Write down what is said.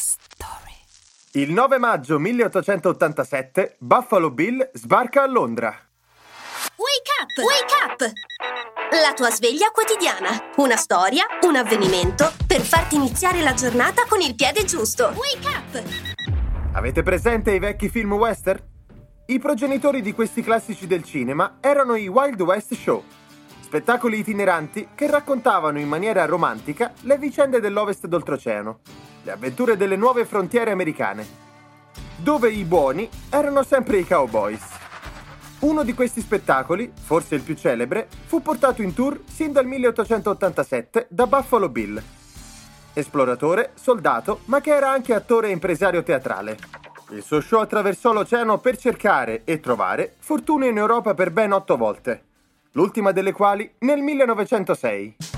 story. Il 9 maggio 1887 Buffalo Bill sbarca a Londra. Wake up! Wake up! La tua sveglia quotidiana. Una storia, un avvenimento per farti iniziare la giornata con il piede giusto. Wake up! Avete presente i vecchi film western? I progenitori di questi classici del cinema erano i Wild West Show, spettacoli itineranti che raccontavano in maniera romantica le vicende dell'ovest d'oltreoceano, le avventure delle nuove frontiere americane, dove i buoni erano sempre i cowboys. Uno di questi spettacoli, forse il più celebre, fu portato in tour sin dal 1887 da Buffalo Bill, esploratore, soldato, ma che era anche attore e impresario teatrale. Il suo show attraversò l'oceano per cercare e trovare fortune in Europa per ben 8 volte, l'ultima delle quali nel 1906.